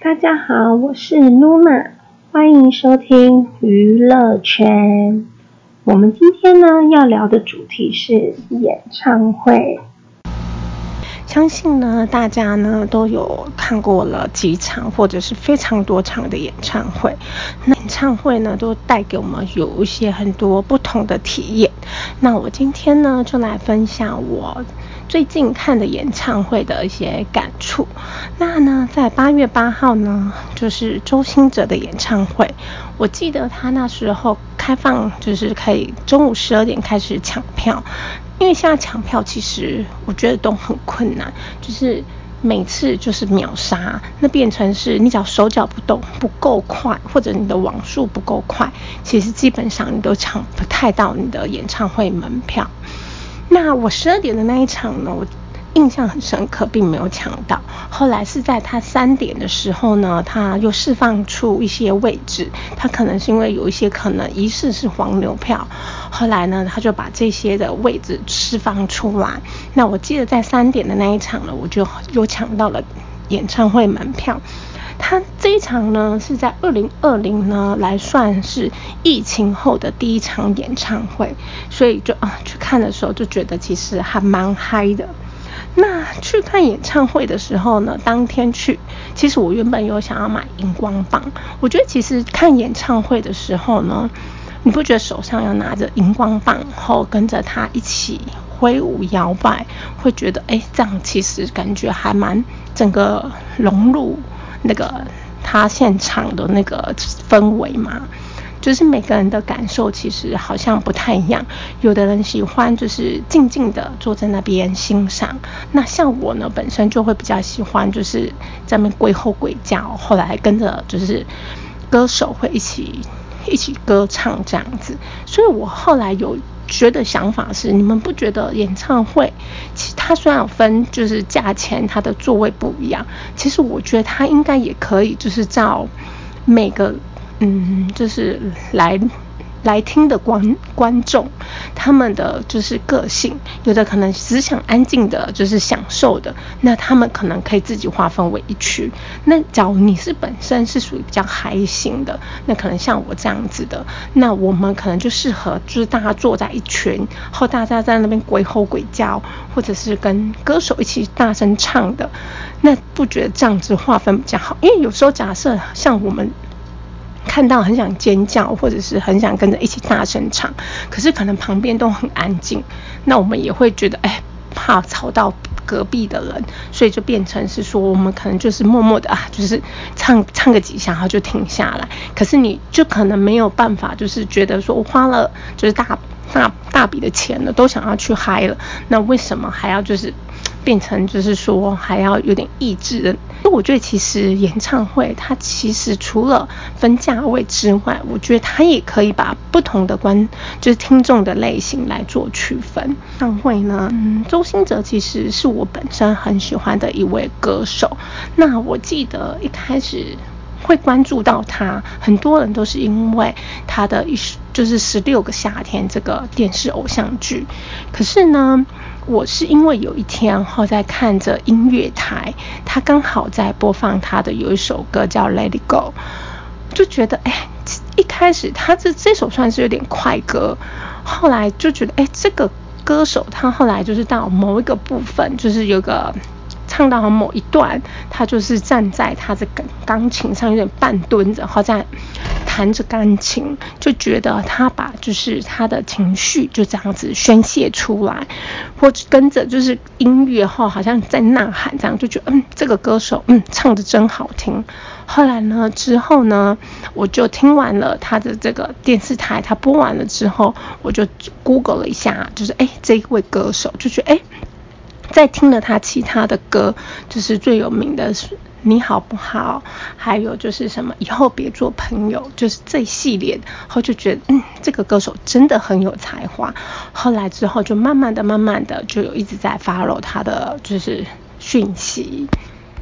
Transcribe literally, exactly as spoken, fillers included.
大家好，我是 Luna， 欢迎收听娱乐圈。我们今天呢要聊的主题是演唱会。相信呢大家呢都有看过了几场或者是非常多场的演唱会，那演唱会呢都带给我们有一些很多不同的体验。那我今天呢就来分享我最近看的演唱会的一些感触。那呢在八月八号呢就是周兴哲的演唱会，我记得他那时候开放就是可以中午十二点开始抢票，因为现在抢票其实我觉得都很困难，就是每次就是秒杀，那变成是你只要手脚不动不够快，或者你的网速不够快，其实基本上你都抢不太到你的演唱会门票。那我十二点的那一场呢，我印象很深刻，并没有抢到。后来是在他三点的时候呢，他又释放出一些位置，他可能是因为有一些可能疑似是黄牛票，后来呢他就把这些的位置释放出来。那我记得在三点的那一场呢，我就又抢到了演唱会门票。他这一场呢是在二零二零呢来算是疫情后的第一场演唱会，所以就啊去看的时候就觉得其实还蛮嗨的。那去看演唱会的时候呢，当天去，其实我原本有想要买荧光棒。我觉得其实看演唱会的时候呢，你不觉得手上要拿着荧光棒，然后跟着他一起挥舞摇摆，会觉得哎，这样其实感觉还蛮整个融入那个他现场的那个氛围嘛。就是每个人的感受其实好像不太一样，有的人喜欢就是静静的坐在那边欣赏，那像我呢本身就会比较喜欢就是在那边鬼吼鬼叫，后来跟着就是歌手会一起一起歌唱这样子。所以我后来有觉得想法是，你们不觉得演唱会其实它虽然有分就是价钱，它的座位不一样，其实我觉得它应该也可以就是照每个嗯，就是来来听的观观众，他们的就是个性，有的可能只想安静的，就是享受的，那他们可能可以自己划分为一区。那假如你是本身是属于比较嗨型的，那可能像我这样子的，那我们可能就适合就是大家坐在一群，后大家在那边鬼吼鬼叫，或者是跟歌手一起大声唱的，那不觉得这样子划分比较好？因为有时候假设像我们看到很想尖叫，或者是很想跟着一起大声唱，可是可能旁边都很安静，那我们也会觉得哎，怕吵到隔壁的人，所以就变成是说我们可能就是默默的啊，就是唱唱个几下然后就停下来。可是你就可能没有办法，就是觉得说我花了就是大大大笔的钱了，都想要去嗨了，那为什么还要就是变成就是说还要有点抑制的？因为我觉得其实演唱会它其实除了分价位之外，我觉得它也可以把不同的观就是听众的类型来做区分。演唱会呢，嗯，周兴哲其实是我本身很喜欢的一位歌手。那我记得一开始会关注到他，很多人都是因为他的一就是十六个夏天这个电视偶像剧。可是呢，我是因为有一天后在看着音乐台，他刚好在播放他的有一首歌叫 Let It Go， 就觉得哎，一开始他这这首算是有点快歌，后来就觉得哎，这个歌手他后来就是到某一个部分，就是有个唱到某一段，他就是站在他的钢琴上有点半蹲着，然后在弹着钢琴，就觉得他把就是他的情绪就这样子宣泄出来，或者跟着就是音乐后好像在呐喊，这样就觉得嗯，这个歌手嗯唱得真好听。后来呢之后呢，我就听完了他的这个电视台，他播完了之后，我就 Google 了一下，就是哎这一位歌手，就觉得哎。再听了他其他的歌，就是最有名的是你好不好，还有就是什么以后别做朋友，就是这一系列的，后就觉得嗯，这个歌手真的很有才华。后来之后就慢慢的慢慢的就有一直在 follow 他的就是讯息。